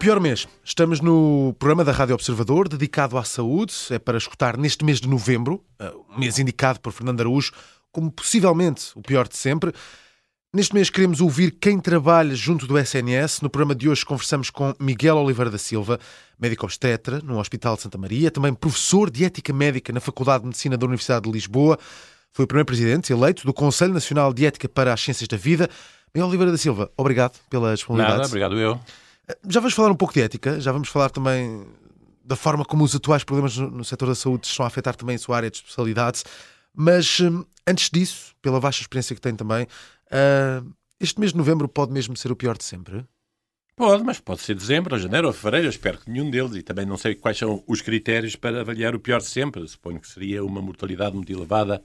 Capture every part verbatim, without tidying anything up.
pior mês. Estamos no programa da Rádio Observador, dedicado à saúde. É para escutar neste mês de novembro, o mês indicado por Fernando Araújo, como possivelmente o pior de sempre. Neste mês queremos ouvir quem trabalha junto do S N S. No programa de hoje conversamos com Miguel Oliveira da Silva, médico obstetra no Hospital de Santa Maria, também professor de Ética Médica na Faculdade de Medicina da Universidade de Lisboa. Foi o primeiro presidente eleito do Conselho Nacional de Ética para as Ciências da Vida. Miguel Oliveira da Silva, obrigado pela disponibilidade. Nada, obrigado eu. Já vamos falar um pouco de ética, já vamos falar também da forma como os atuais problemas no, no setor da saúde estão a afetar também a sua área de especialidade, mas antes disso, pela vasta experiência que tem também, uh, este mês de novembro pode mesmo ser o pior de sempre? Pode, mas pode ser dezembro, ou janeiro, ou fevereiro, eu espero que nenhum deles, e também não sei quais são os critérios para avaliar o pior de sempre. Suponho que seria uma mortalidade muito elevada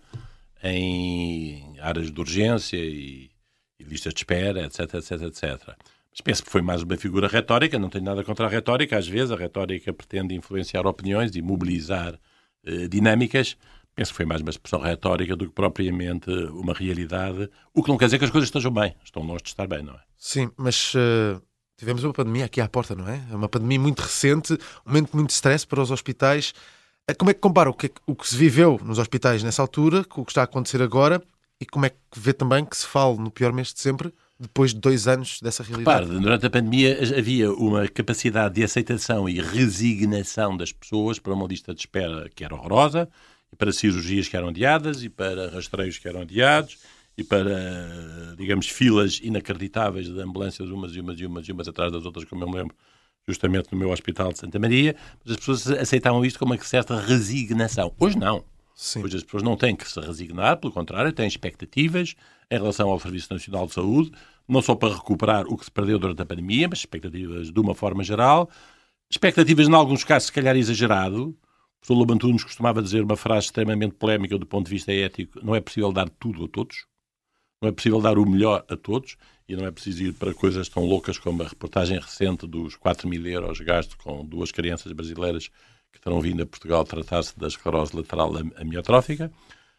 em áreas de urgência e, e listas de espera, etc, etc, etcétera. Mas penso que foi mais uma figura retórica, não tenho nada contra a retórica. Às vezes a retórica pretende influenciar opiniões e mobilizar eh, dinâmicas. Penso que foi mais uma expressão retórica do que propriamente uma realidade. O que não quer dizer que as coisas estejam bem. Estão longe de estar bem, não é? Sim, mas uh, tivemos uma pandemia aqui à porta, não é? Uma pandemia muito recente, um momento de muito stress para os hospitais. Uh, como é que compara o que, o que se viveu nos hospitais nessa altura com o que está a acontecer agora e como é que vê também que se fala no pior mês de sempre, depois de dois anos dessa realidade? Repare, durante a pandemia havia uma capacidade de aceitação e resignação das pessoas para uma lista de espera que era horrorosa, e para cirurgias que eram adiadas, e para rastreios que eram adiados, e para, digamos, filas inacreditáveis de ambulâncias, umas e umas e umas e umas atrás das outras, como eu me lembro, justamente no meu Hospital de Santa Maria. Mas as pessoas aceitavam isto com uma certa resignação. Hoje não. Sim. Hoje as pessoas não têm que se resignar, pelo contrário, têm expectativas em relação ao Serviço Nacional de Saúde, não só para recuperar o que se perdeu durante a pandemia, mas expectativas de uma forma geral. Expectativas, em alguns casos, se calhar exagerado. O professor Lobantunos costumava dizer uma frase extremamente polémica do ponto de vista ético: não é possível dar tudo a todos, não é possível dar o melhor a todos, e não é preciso ir para coisas tão loucas como a reportagem recente dos quatro mil euros gastos com duas crianças brasileiras que terão vindo a Portugal tratar-se da esclerose lateral amiotrófica.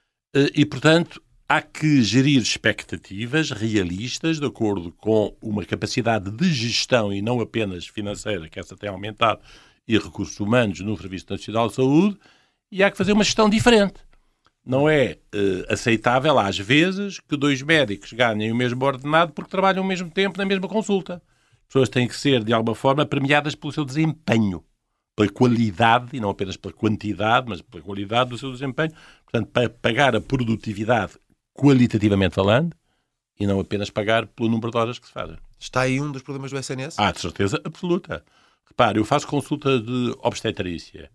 E, portanto, há que gerir expectativas realistas de acordo com uma capacidade de gestão e não apenas financeira, que essa tem aumentado, e recursos humanos no Serviço Nacional de Saúde, e há que fazer uma gestão diferente. Não é uh, aceitável, às vezes, que dois médicos ganhem o mesmo ordenado porque trabalham ao mesmo tempo na mesma consulta. As pessoas têm que ser, de alguma forma, premiadas pelo seu desempenho, pela qualidade, e não apenas pela quantidade, mas pela qualidade do seu desempenho. Portanto, para pagar a produtividade qualitativamente falando, e não apenas pagar pelo número de horas que se fazem. Está aí um dos problemas do S N S? Ah, de certeza absoluta. Repare, eu faço consulta de obstetrícia.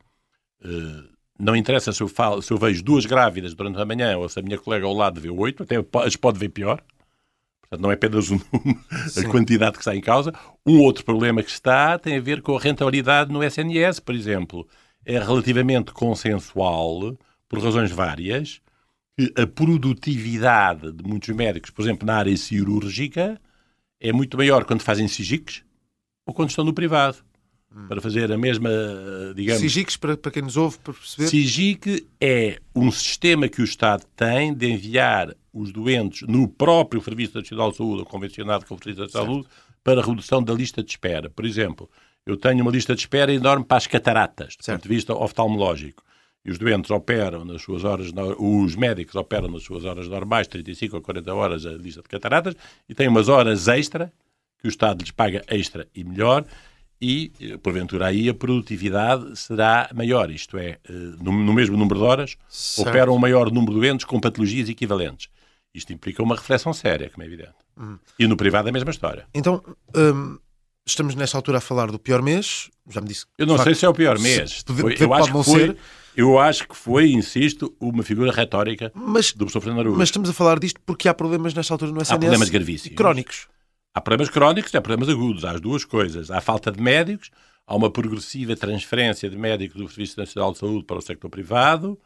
Uh, não interessa se eu, falo, se eu vejo duas grávidas durante a manhã ou se a minha colega ao lado vê oito, até as pode ver pior. Portanto, não é apenas um, a quantidade que está em causa. Um outro problema que está tem a ver com a rentabilidade no S N S, por exemplo. É relativamente consensual, por razões várias, que a produtividade de muitos médicos, por exemplo, na área cirúrgica, é muito maior quando fazem SIGICs ou quando estão no privado. Hum. Para fazer a mesma, digamos... SIGICs, para, para quem nos ouve, para perceber? SIGIC é um sistema que o Estado tem de enviar os doentes no próprio Serviço Nacional de Saúde, ou convencionado com o Serviço Nacional de Saúde, para a redução da lista de espera. Por exemplo, eu tenho uma lista de espera enorme para as cataratas, do certo. ponto de vista oftalmológico. E os doentes operam nas suas horas, os médicos operam nas suas horas normais, trinta e cinco ou quarenta horas a lista de cataratas, e têm umas horas extra, que o Estado lhes paga extra e melhor, e, porventura, aí a produtividade será maior. Isto é, no, no mesmo número de horas, certo. Operam um maior número de doentes com patologias equivalentes. Isto implica uma reflexão séria, como é evidente. Hum. E no privado é a mesma história. Então, hum, estamos nesta altura a falar do pior mês. Já me disse que, eu não facto, sei se é o pior mês. Pode, foi, pode eu, acho não que foi, ser. eu acho que foi, insisto, uma figura retórica mas, do professor Fernando Araújo. Mas estamos a falar disto porque há problemas nesta altura no S N S. Há problemas gravíssimos. Crónicos. Há problemas crónicos e há problemas agudos. Há as duas coisas. Há falta de médicos, há uma progressiva transferência de médicos do Serviço Nacional de Saúde para o sector privado,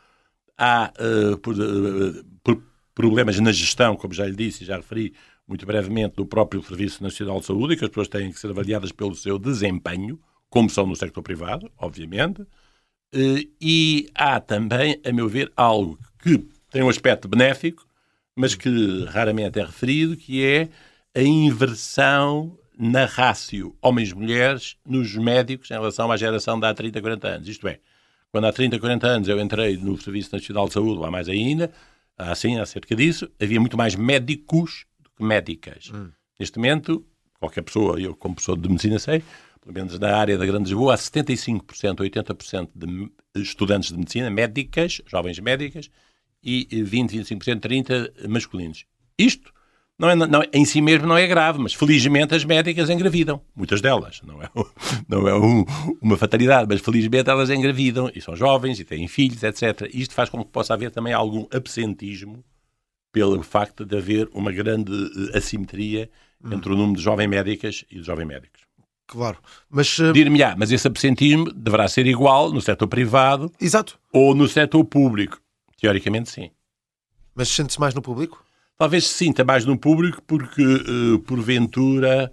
há uh, por, uh, por problemas na gestão, como já lhe disse e já referi muito brevemente, do próprio Serviço Nacional de Saúde, e que as pessoas têm que ser avaliadas pelo seu desempenho, como são no sector privado, obviamente. Uh, e há também, a meu ver, algo que tem um aspecto benéfico, mas que raramente é referido, que é a inversão na rácio homens-mulheres nos médicos em relação à geração de há trinta, quarenta anos. Isto é, quando há trinta, quarenta anos eu entrei no Serviço Nacional de Saúde, lá mais ainda, assim, acerca disso, havia muito mais médicos do que médicas. Hum. Neste momento, qualquer pessoa, eu como professor de medicina sei, pelo menos na área da Grande Lisboa, há setenta e cinco por cento, oitenta por cento de estudantes de medicina, médicas, jovens médicas, e vinte, vinte e cinco por cento, trinta por cento masculinos. Isto não é, não, em si mesmo não é grave, mas felizmente as médicas engravidam. Muitas delas. Não é, não é um, uma fatalidade, mas felizmente elas engravidam e são jovens e têm filhos, etcétera. Isto faz com que possa haver também algum absentismo pelo facto de haver uma grande assimetria hum. entre o número de jovens médicas e de jovens médicos. Claro. Mas, uh... dir-me-á, mas esse absentismo deverá ser igual no setor privado. Exato. Ou no setor público. Teoricamente, sim. Mas sente-se mais no público? Talvez se sinta mais no público porque, uh, porventura,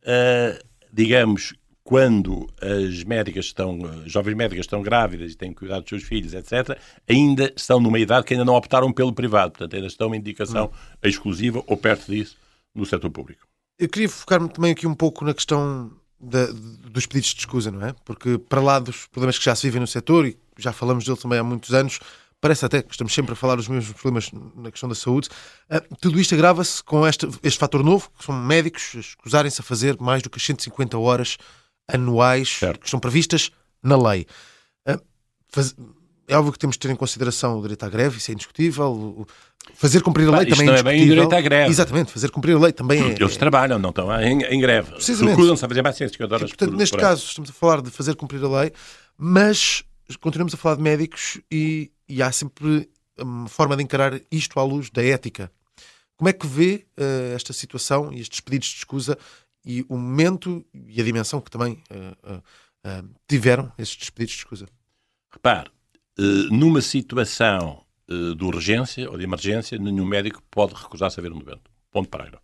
uh, digamos, quando as médicas estão, uh, jovens médicas estão grávidas e têm que cuidar dos seus filhos, etcétera, ainda estão numa idade que ainda não optaram pelo privado. Portanto, ainda estão uma indicação hum. exclusiva ou perto disso no setor público. Eu queria focar-me também aqui um pouco na questão da, dos pedidos de escusa, não é? Porque para lá dos problemas que já se vivem no setor, e já falamos dele também há muitos anos, parece até que estamos sempre a falar dos mesmos problemas na questão da saúde. Uh, tudo isto agrava-se com este, este fator novo, que são médicos a escusarem-se a fazer mais do que as cento e cinquenta horas anuais certo. que estão previstas na lei. Uh, faz... É óbvio que temos de ter em consideração o direito à greve, isso é indiscutível. Fazer cumprir a lei Bah, também não é indiscutível. Não é bem o direito à greve. Exatamente, fazer cumprir a lei também é... Eles trabalham, não estão em, em greve. Recusam-se a fazer mais cento e cinquenta horas. E, portanto, por, neste por caso, estamos a falar de fazer cumprir a lei, mas continuamos a falar de médicos e, e há sempre uma forma de encarar isto à luz da ética. Como é que vê uh, esta situação e estes pedidos de escusa e o momento e a dimensão que também uh, uh, uh, tiveram estes pedidos de escusa? Repare, uh, numa situação uh, de urgência ou de emergência, nenhum médico pode recusar-se a ver um doente. Ponto parágrafo.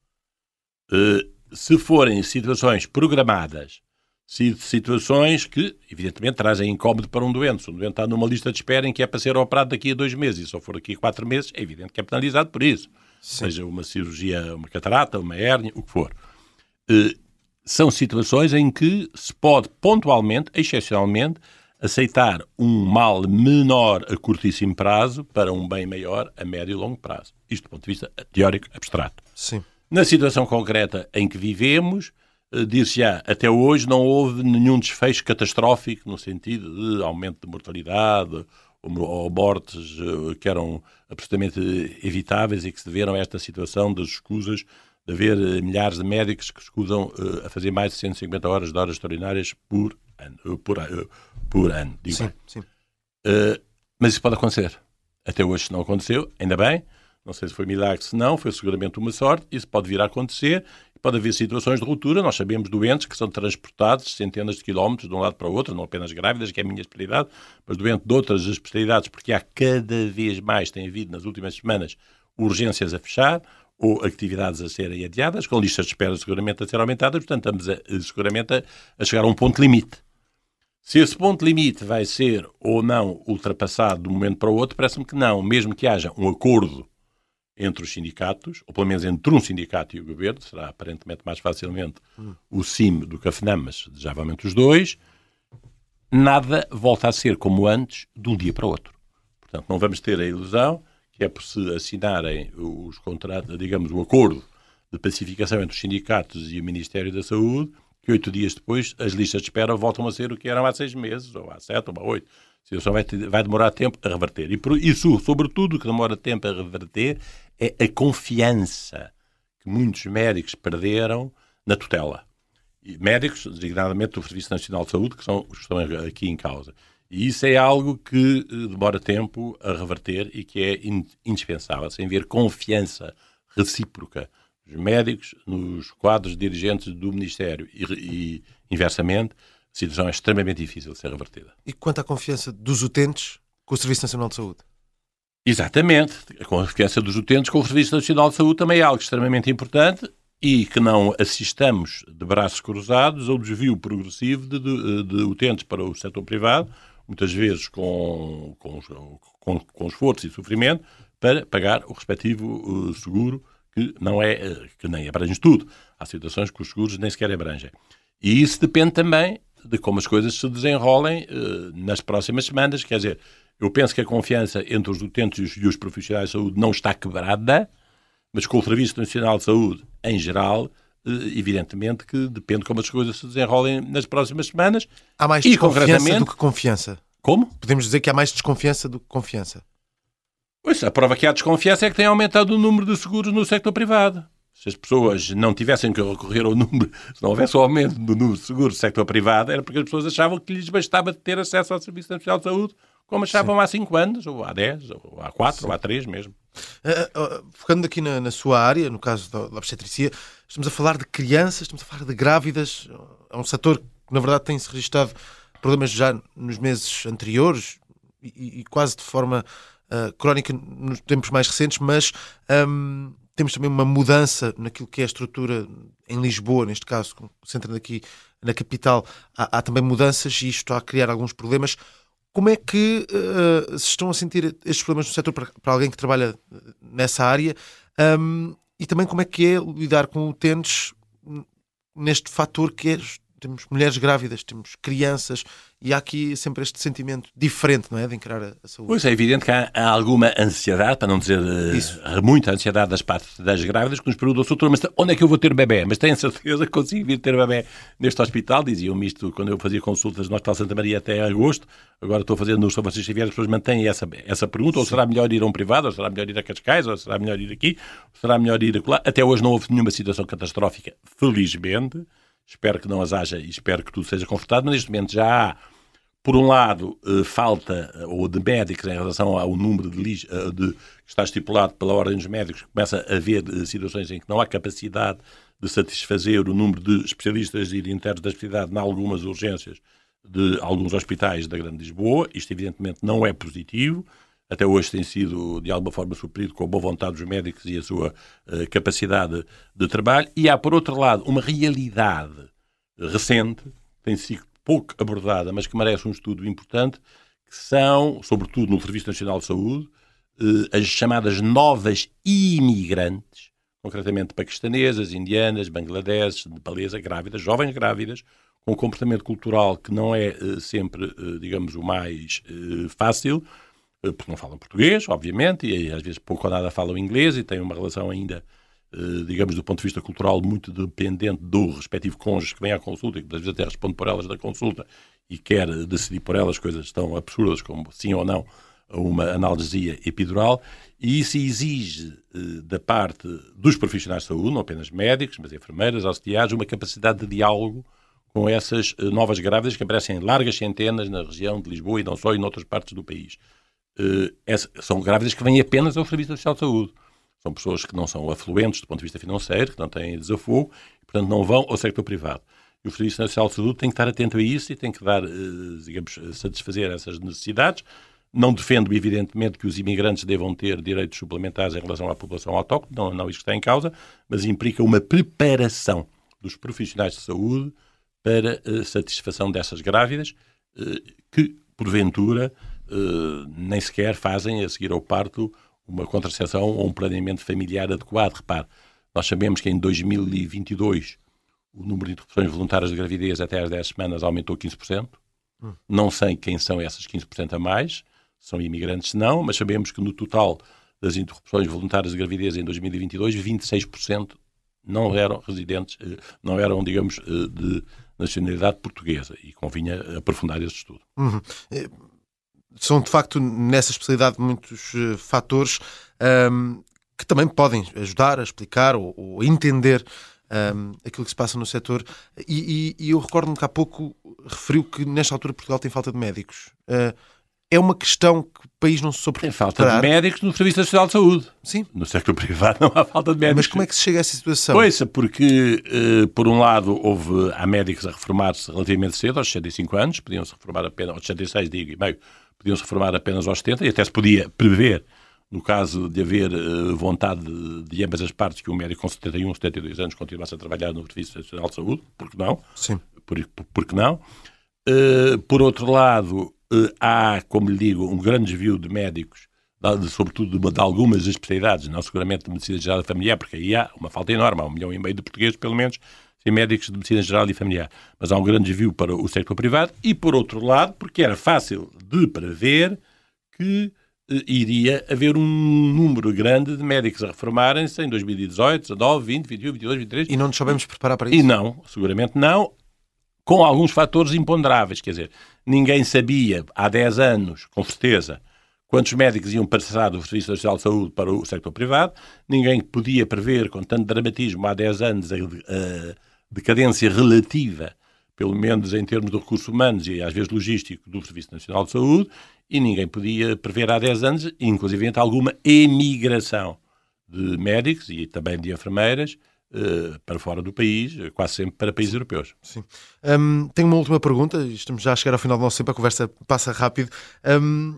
Uh, se forem situações programadas, situações que, evidentemente, trazem incómodo para um doente. Se um doente está numa lista de espera em que é para ser operado daqui a dois meses e só for daqui a quatro meses, é evidente que é penalizado por isso. Sim. Seja uma cirurgia, uma catarata, uma hérnia, o que for. Uh, são situações em que se pode, pontualmente, excepcionalmente, aceitar um mal menor a curtíssimo prazo para um bem maior a médio e longo prazo. Isto do ponto de vista teórico abstrato. Sim. Na situação concreta em que vivemos, diz-se já, até hoje não houve nenhum desfecho catastrófico no sentido de aumento de mortalidade ou, ou mortes que eram absolutamente evitáveis e que se deveram a esta situação das escusas de haver milhares de médicos que escusam uh, a fazer mais de cento e cinquenta horas de horas extraordinárias por ano. Uh, por, uh, por ano digo sim, sim. Uh, mas isso pode acontecer. Até hoje não aconteceu, ainda bem. Não sei se foi milagre, se não, foi seguramente uma sorte. Isso pode vir a acontecer. Pode haver situações de ruptura. Nós sabemos doentes que são transportados centenas de quilómetros de um lado para o outro, não apenas grávidas, que é a minha especialidade, mas doentes de outras especialidades, porque há cada vez mais, tem havido nas últimas semanas, urgências a fechar ou atividades a serem adiadas, com listas de espera seguramente a ser aumentadas. Portanto, estamos a, seguramente a, a chegar a um ponto limite. Se esse ponto limite vai ser ou não ultrapassado de um momento para o outro, parece-me que não. Mesmo que haja um acordo entre os sindicatos, ou pelo menos entre um sindicato e o governo, será aparentemente mais facilmente hum. o S I M do que a F N A M, mas desejavelmente os dois, nada volta a ser como antes de um dia para o outro. Portanto, não vamos ter a ilusão que é por se assinarem os contratos, digamos, o acordo de pacificação entre os sindicatos e o Ministério da Saúde, que oito dias depois as listas de espera voltam a ser o que eram há seis meses, ou há sete, ou há oito. A situação vai, vai demorar tempo a reverter. E por isso, sobretudo, o que demora tempo a reverter é a confiança que muitos médicos perderam na tutela. E médicos, designadamente do Serviço Nacional de Saúde, que são os que estão aqui em causa. E isso é algo que demora tempo a reverter e que é indispensável. Sem haver confiança recíproca dos médicos nos quadros dirigentes do Ministério e, e inversamente, a situação é extremamente difícil de ser revertida. E quanto à confiança dos utentes com o Serviço Nacional de Saúde? Exatamente. A confiança dos utentes com o Serviço Nacional de Saúde também é algo extremamente importante e que não assistamos de braços cruzados ao desvio progressivo de, de, de utentes para o setor privado, muitas vezes com, com, com, com esforço e sofrimento, para pagar o respectivo uh, seguro que, não é, que nem abrange tudo. Há situações que os seguros nem sequer abrangem. E isso depende também de como as coisas se desenrolem uh, nas próximas semanas. Quer dizer, eu penso que a confiança entre os utentes e os profissionais de saúde não está quebrada, mas com o Serviço Nacional de Saúde, em geral, uh, evidentemente que depende de como as coisas se desenrolem nas próximas semanas. Há mais e, desconfiança concretamente, do que confiança. Como? Podemos dizer que há mais desconfiança do que confiança. Pois, a prova que há desconfiança é que tem aumentado o número de seguros no sector privado. Se as pessoas não tivessem que recorrer ao número, se não houvesse o aumento do número de seguros do sector privado, era porque as pessoas achavam que lhes bastava ter acesso ao Serviço Nacional de Saúde, como achavam Sim. há cinco anos, ou há dez, ou há quatro, Sim. ou há três mesmo. Uh, uh, focando aqui na, na sua área, no caso da, da obstetricia, estamos a falar de crianças, estamos a falar de grávidas. É um setor que, na verdade, tem-se registado problemas já nos meses anteriores e, e quase de forma uh, crónica nos tempos mais recentes, mas... Um, temos também uma mudança naquilo que é a estrutura em Lisboa, neste caso, centrando aqui na capital, há, há também mudanças e isto está a criar alguns problemas. Como é que uh, se estão a sentir estes problemas no setor para, para alguém que trabalha nessa área? Um, e também como é que é lidar com utentes neste fator que é... Temos mulheres grávidas, temos crianças e há aqui sempre este sentimento diferente, não é, de encarar a, a saúde. Pois é evidente que há, há alguma ansiedade, para não dizer uh, muita ansiedade das partes das grávidas, que nos perguntam, doutor, mas onde é que eu vou ter bebê? Mas tenho certeza que consigo vir ter bebê neste hospital. Diziam-me isto quando eu fazia consultas no Hospital Santa Maria até agosto. Agora estou fazendo no São Francisco Xavier, as pessoas mantêm essa, essa pergunta. Sim. Ou será melhor ir a um privado, ou será melhor ir a Cascais, ou será melhor ir aqui, ou será melhor ir acolá? Até hoje não houve nenhuma situação catastrófica, felizmente. Espero que não as haja e espero que tudo seja confortado, mas neste momento já há, por um lado, falta ou de médicos em relação ao número de, de que está estipulado pela Ordem dos Médicos. Começa a haver situações em que não há capacidade de satisfazer o número de especialistas e de internos da especialidade em algumas urgências de alguns hospitais da Grande Lisboa. Isto, evidentemente, não é positivo. Até hoje tem sido, de alguma forma, suprido com a boa vontade dos médicos e a sua uh, capacidade de trabalho. E há, por outro lado, uma realidade recente, que tem sido pouco abordada, mas que merece um estudo importante, que são, sobretudo no Serviço Nacional de Saúde, uh, as chamadas novas imigrantes, concretamente paquistanesas, indianas, bangladeses, nepalesas, grávidas, jovens grávidas, com um comportamento cultural que não é uh, sempre, uh, digamos, o mais uh, fácil, porque não falam português, obviamente, e às vezes pouco ou nada falam inglês e têm uma relação ainda, digamos, do ponto de vista cultural, muito dependente do respectivo cônjuge que vem à consulta e que às vezes até responde por elas da consulta e quer decidir por elas coisas tão absurdas como sim ou não uma analgesia epidural, e isso exige da parte dos profissionais de saúde, não apenas médicos, mas enfermeiras, auxiliares, uma capacidade de diálogo com essas novas grávidas que aparecem em largas centenas na região de Lisboa e não só, e noutras partes do país. Uh, essa, são grávidas que vêm apenas ao Serviço Nacional de Saúde. São pessoas que não são afluentes do ponto de vista financeiro, que não têm desafogo, e, portanto, não vão ao sector privado. E o Serviço Nacional de Saúde tem que estar atento a isso e tem que dar, uh, digamos, satisfazer essas necessidades. Não defendo, evidentemente, que os imigrantes devam ter direitos suplementares em relação à população autóctone, não, não isso está em causa, mas implica uma preparação dos profissionais de saúde para a uh, satisfação dessas grávidas, uh, que, porventura, Uh, nem sequer fazem, a seguir ao parto, uma contracepção ou um planeamento familiar adequado. Repare, nós sabemos que em dois mil e vinte e dois o número de interrupções voluntárias de gravidez até às dez semanas aumentou quinze por cento. Hum. Não sei quem são essas quinze por cento a mais, são imigrantes não, mas sabemos que no total das interrupções voluntárias de gravidez em dois mil e vinte e dois, vinte e seis por cento não eram residentes, não eram, digamos, de nacionalidade portuguesa, e convinha aprofundar esse estudo. Uhum. É... São, de facto, nessa especialidade muitos uh, fatores um, que também podem ajudar a explicar ou, ou entender um, aquilo que se passa no setor. E, e, e eu recordo-me que há pouco referiu que, nesta altura, Portugal tem falta de médicos. Uh, é uma questão que o país não se soube Tem falta preparar. de médicos no Serviço Nacional de Saúde. Sim. No sector privado não há falta de médicos. Mas como é que se chega a essa situação? Pois, porque, uh, por um lado, houve, há médicos a reformar-se relativamente cedo, aos sessenta e cinco anos, podiam-se reformar apenas aos sessenta e seis, digo, e meio, podiam-se reformar apenas aos setenta, e até se podia prever, no caso de haver uh, vontade de, de ambas as partes, que um médico com setenta e um, setenta e dois anos continuasse a trabalhar no Serviço Nacional de Saúde, porque não? Sim. Por, por, porque não? Uh, por outro lado, uh, há, como lhe digo, um grande desvio de médicos sobretudo de, de algumas especialidades, não seguramente de medicina geral e familiar, porque aí há uma falta enorme, há um milhão e meio de portugueses, pelo menos, sem médicos de medicina geral e familiar. Mas há um grande desvio para o sector privado e, por outro lado, porque era fácil de prever que eh, iria haver um número grande de médicos a reformarem-se em dois mil e dezoito, dezanove, vinte, vinte e um, vinte e dois, vinte e três. E não nos sabemos preparar para isso? E não, seguramente não, com alguns fatores imponderáveis. Quer dizer, ninguém sabia há dez anos, com certeza, quantos médicos iam passar do Serviço Nacional de Saúde para o sector privado. Ninguém podia prever, com tanto dramatismo, há dez anos, a, a decadência relativa, pelo menos em termos de recursos humanos e às vezes logístico, do Serviço Nacional de Saúde, e ninguém podia prever há dez anos, inclusive, alguma emigração de médicos e também de enfermeiras uh, para fora do país, quase sempre para países europeus. Sim. Um, tenho uma última pergunta, estamos já a chegar ao final do nosso tempo, a conversa passa rápido. Um,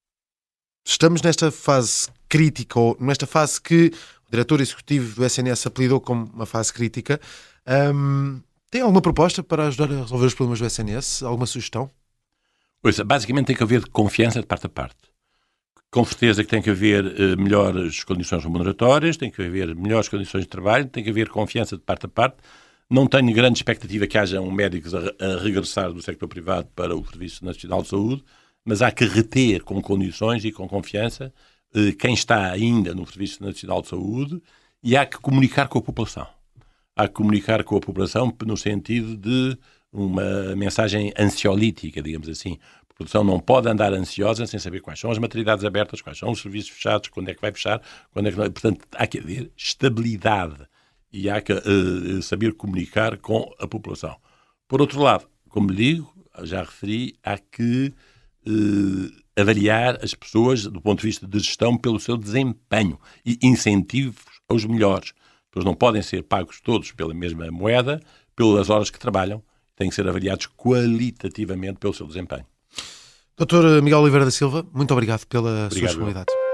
estamos nesta fase crítica, ou nesta fase que o diretor executivo do S N S apelidou como uma fase crítica. Um, tem alguma proposta para ajudar a resolver os problemas do S N S? Alguma sugestão? Pois, basicamente tem que haver confiança de parte a parte. Com certeza que tem que haver uh, melhores condições remuneratórias, tem que haver melhores condições de trabalho, tem que haver confiança de parte a parte. Não tenho grande expectativa que haja um médicos a, a regressar do sector privado para o Serviço Nacional de Saúde, mas há que reter com condições e com confiança uh, quem está ainda no Serviço Nacional de Saúde, e há que comunicar com a população. Há que comunicar com a população no sentido de uma mensagem ansiolítica, digamos assim. A população não pode andar ansiosa sem saber quais são as maternidades abertas, quais são os serviços fechados, quando é que vai fechar, quando é que não. Portanto, há que haver estabilidade e há que uh, saber comunicar com a população. Por outro lado, como digo, já referi, há que uh, avaliar as pessoas do ponto de vista de gestão pelo seu desempenho e incentivos aos melhores. As pessoas não podem ser pagos todos pela mesma moeda, pelas horas que trabalham, têm que ser avaliados qualitativamente pelo seu desempenho. doutor Miguel Oliveira da Silva, muito obrigado pela Obrigado, sua disponibilidade.